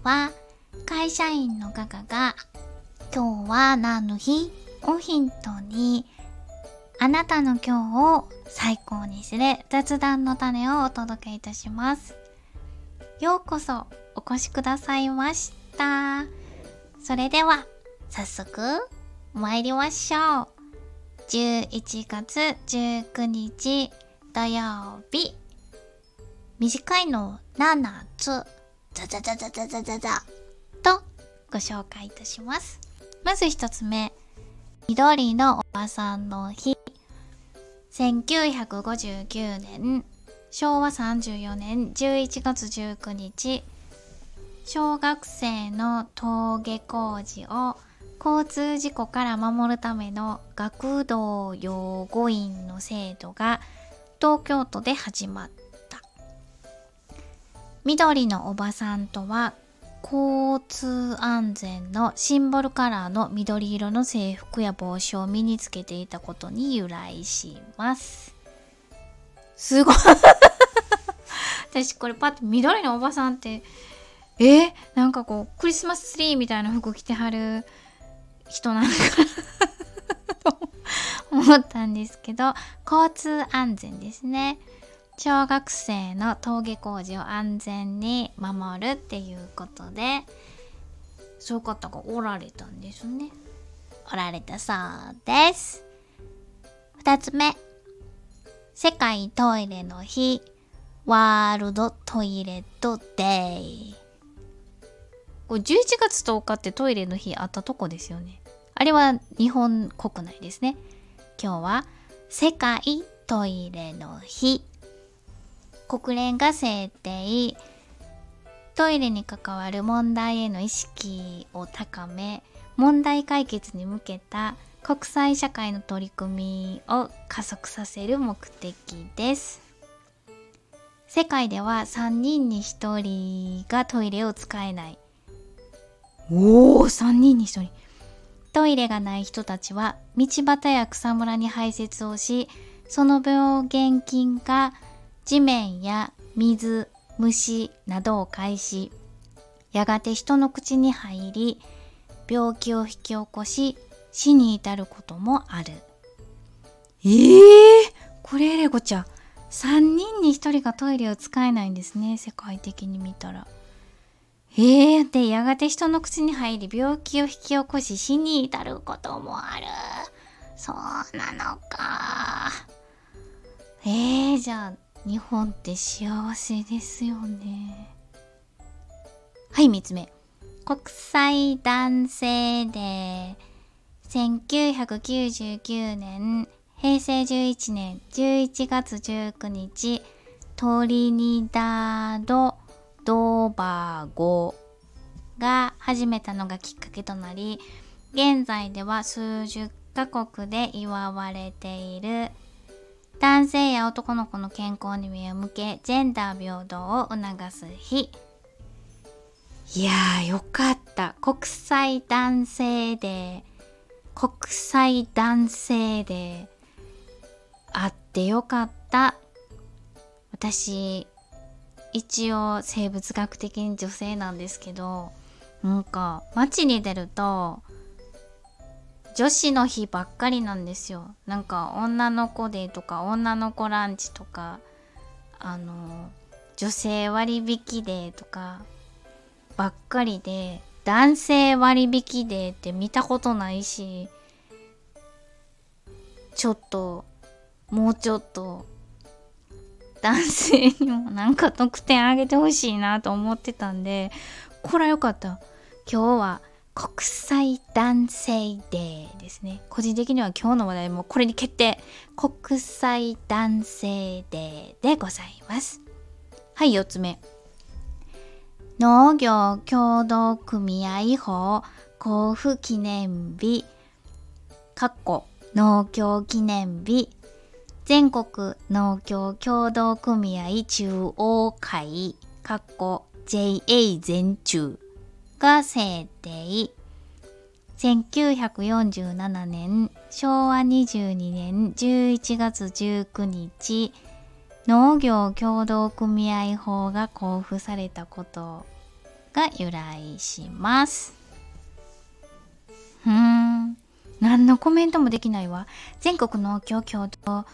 は会社員のガガが今日は何の日をヒントにあなたの今日を最高にする雑談の種をお届けいたします。ようこそお越しくださいました。それでは早速参りましょう。11月19日土曜日、短いの7つザザザザザザザザとご紹介いたします。まず一つ目、緑のおばさんの日。1959年昭和34年11月19日、小学生の登下校時を交通事故から守るための学童養護員の制度が東京都で始まった。緑のおばさんとは交通安全のシンボルカラーの緑色の制服や帽子を身につけていたことに由来します。すごい私これパッと緑のおばさんってなんかこうクリスマスツリーみたいな服着てはる人なのかなと思ったんですけど、交通安全ですね。小学生の登下校時を安全に守るっていうことで、そういう方がおられたんですね。おられたそうです。2つ目、世界トイレの日、ワールドトイレットデイ。これ11月10日ってトイレの日あったとこですよね。あれは日本国内ですね。今日は世界トイレの日。国連が制定、トイレに関わる問題への意識を高め、問題解決に向けた国際社会の取り組みを加速させる目的です。世界では3人に1人がトイレを使えない。3人に1人。トイレがない人たちは道端や草むらに排泄をし、その病原菌が地面や水、虫などを介し、やがて人の口に入り、病気を引き起こし、死に至ることもある。これレゴちゃん。3人に1人がトイレを使えないんですね、世界的に見たら。で、やがて人の口に入り、病気を引き起こし、死に至ることもある。そうなのか。じゃあ、日本って幸せですよね。はい、3つ目。国際男性デー。1999年、平成11年11月19日、トリニダード・ドバゴが始めたのがきっかけとなり、現在では数十カ国で祝われている男性や男の子の健康に目を向け、ジェンダー平等を促す日。いやー、よかった。国際男性デー。国際男性デー。あってよかった。私、一応生物学的に女性なんですけど、なんか街に出ると女子の日ばっかりなんですよ。なんか女の子デーとか女の子ランチとか、女性割引デーとかばっかりで、男性割引デーって見たことないし、もうちょっと男性にもなんか得点上げてほしいなと思ってたんで、これはよかった。今日は国際男性デーですね。個人的には今日の話題もこれに決定。国際男性デーでございます。はい、4つ目。農業協同組合法交付記念日農協記念日、全国農協協同組合中央会JA 全中が制定。1947年昭和22年11月19日、農業協同組合法が公布されたことが由来します。何のコメントもできないわ。全国農協協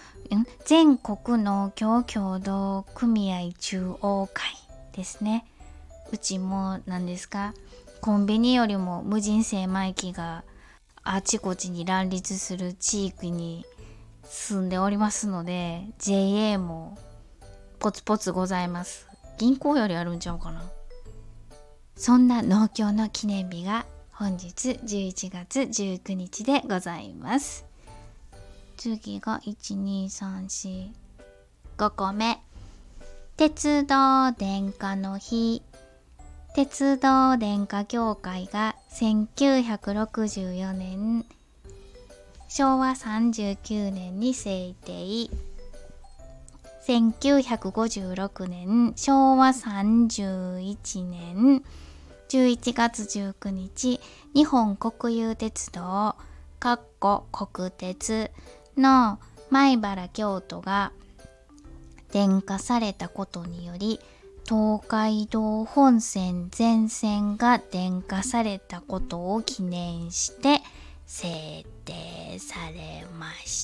同組合中央会ですね。うちも何ですか、コンビニよりも無人精米機があちこちに乱立する地域に住んでおりますので、 JA もポツポツございます。銀行よりあるんちゃうかな。そんな農協の記念日が本日11月19日でございます。次が12345個目、鉄道電化の日。鉄道電化協会が1964年昭和39年に制定、1956年昭和31年11月19日、日本国有鉄道国鉄の米原京都が電化されたことにより、東海道本線全線が電化されたことを記念して制定されました。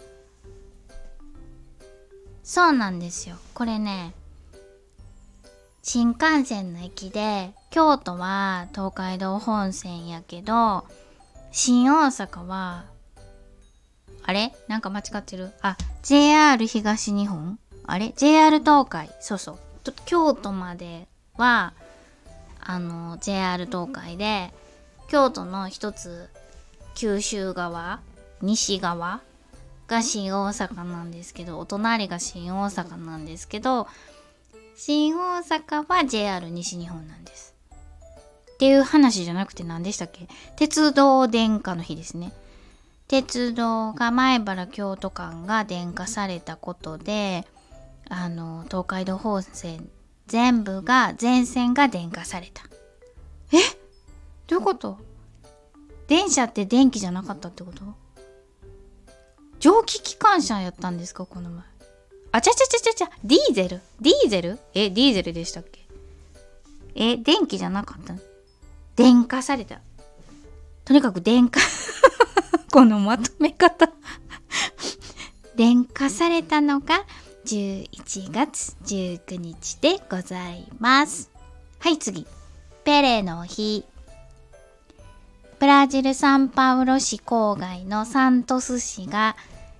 そうなんですよ。これね、新幹線の駅で京都は東海道本線やけど、新大阪はなんか間違ってる。JR 東日本JR 東海。そうそう。京都まではJR 東海で、京都の一つ九州側、西側が新大阪なんですけど、お隣が新大阪なんですけど、新大阪は JR 西日本なんです。っていう話じゃなくて何でしたっけ？鉄道電化の日ですね。鉄道が米原京都間が電化されたことで、東海道本線全線が電化された。どういうこと？電車って電気じゃなかったってこと？蒸気機関車やったんですか、この前。ディーゼルディーゼルでしたっけ？電気じゃなかったの？電化された。とにかく電化このまとめ方電化されたのが11月19日でございます。はい、次。ペレの日。ブラジルサンパウロ市郊外のサントス市が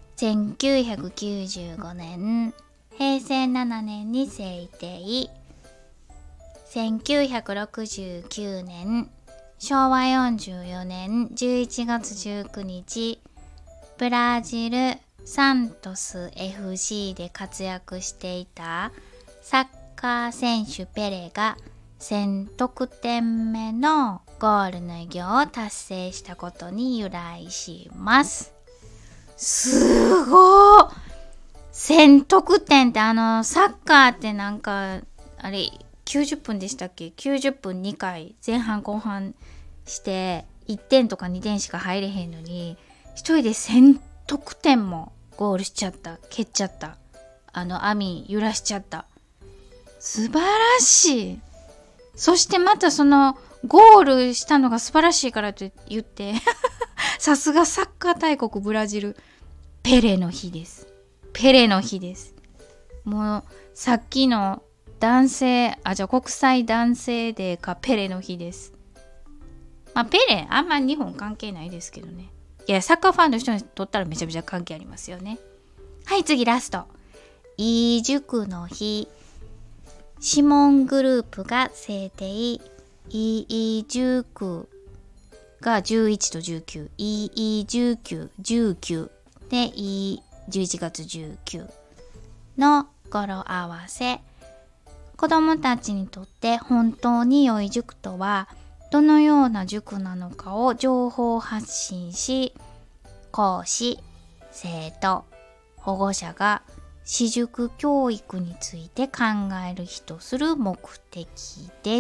1995年、平成7年に制定。1969年、昭和44年11月19日、ブラジルサントス FC で活躍していたサッカー選手ペレが1000得点目のゴールの偉業を達成したことに由来します。すごー！ 1000 得点ってサッカーってなんか90分でしたっけ？90分2回前半後半して1点とか2点しか入れへんのに、一人で1000得点もゴールしちゃった、蹴っちゃった、網揺らしちゃった。素晴らしい。そしてまたそのゴールしたのが素晴らしいからと言ってさすがサッカー大国ブラジル。ペレの日です。ペレの日です。もうさっきの国際男性デーかペレの日です。ペレあんま日本関係ないですけどね。いや、サッカーファンの人にとったらめちゃめちゃ関係ありますよね。はい、次ラスト。いい塾の日。シモングループが制定。いい塾が11と19。いい19、19で11月19の語呂合わせ。子どもたちにとって本当に良い塾とはどのような塾なのかを情報発信し、講師、生徒、保護者が私塾教育について考える日とする目的です。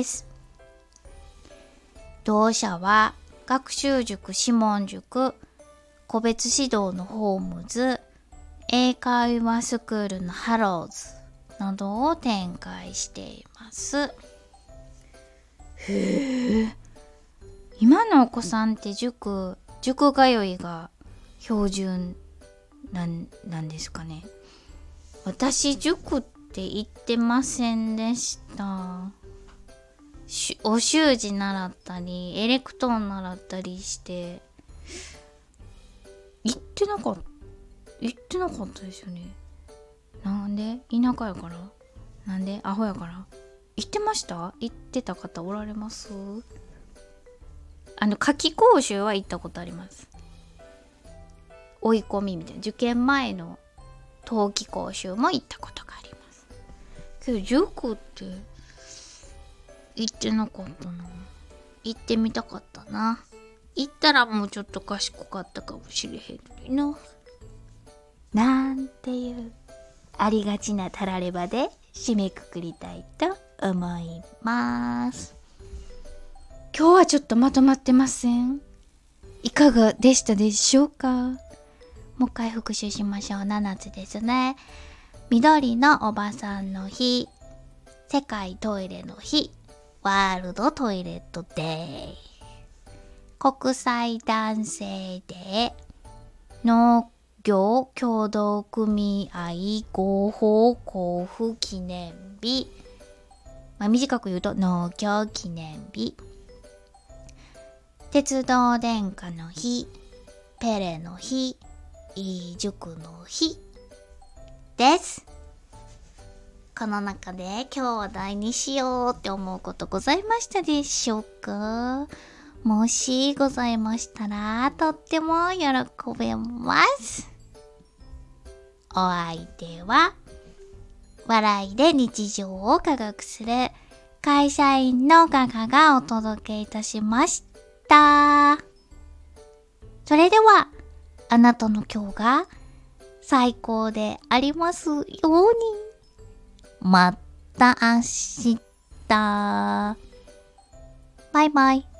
同社は学習塾シモン塾、個別指導のホームズ、英会話スクールのハローズなどを展開しています。 へえ。今のお子さんって塾通いが標準なんですかね。私塾って行ってませんでした。お習字習ったりエレクトーン習ったりして行ってなかったですよね。なんで？田舎やから？なんで？アホやから？行ってました？行ってた方おられます？夏期講習は行ったことあります。追い込みみたいな受験前の冬季講習も行ったことがあります。けど塾って行ってなかったな。行ってみたかったな。行ったらもうちょっと賢かったかもしれへんの。なんていうありがちなたらればで締めくくりたいと思います。今日はちょっとまとまってません？いかがでしたでしょうか？もう一回復習しましょう。7つですね。緑のおばさんの日、世界トイレの日、ワールドトイレットデイ、国際男性デー、農業協同組合合法交付記念日、短く言うと農協記念日、鉄道電化の日、ペレの日、塾の日です。この中で今日話題にしようって思うことございましたでしょうか？もしございましたらとっても喜べます。お相手は笑いで日常を科学する会社員のガガがお届けいたしました。それではあなたの今日が最高でありますように。また明日。バイバイ。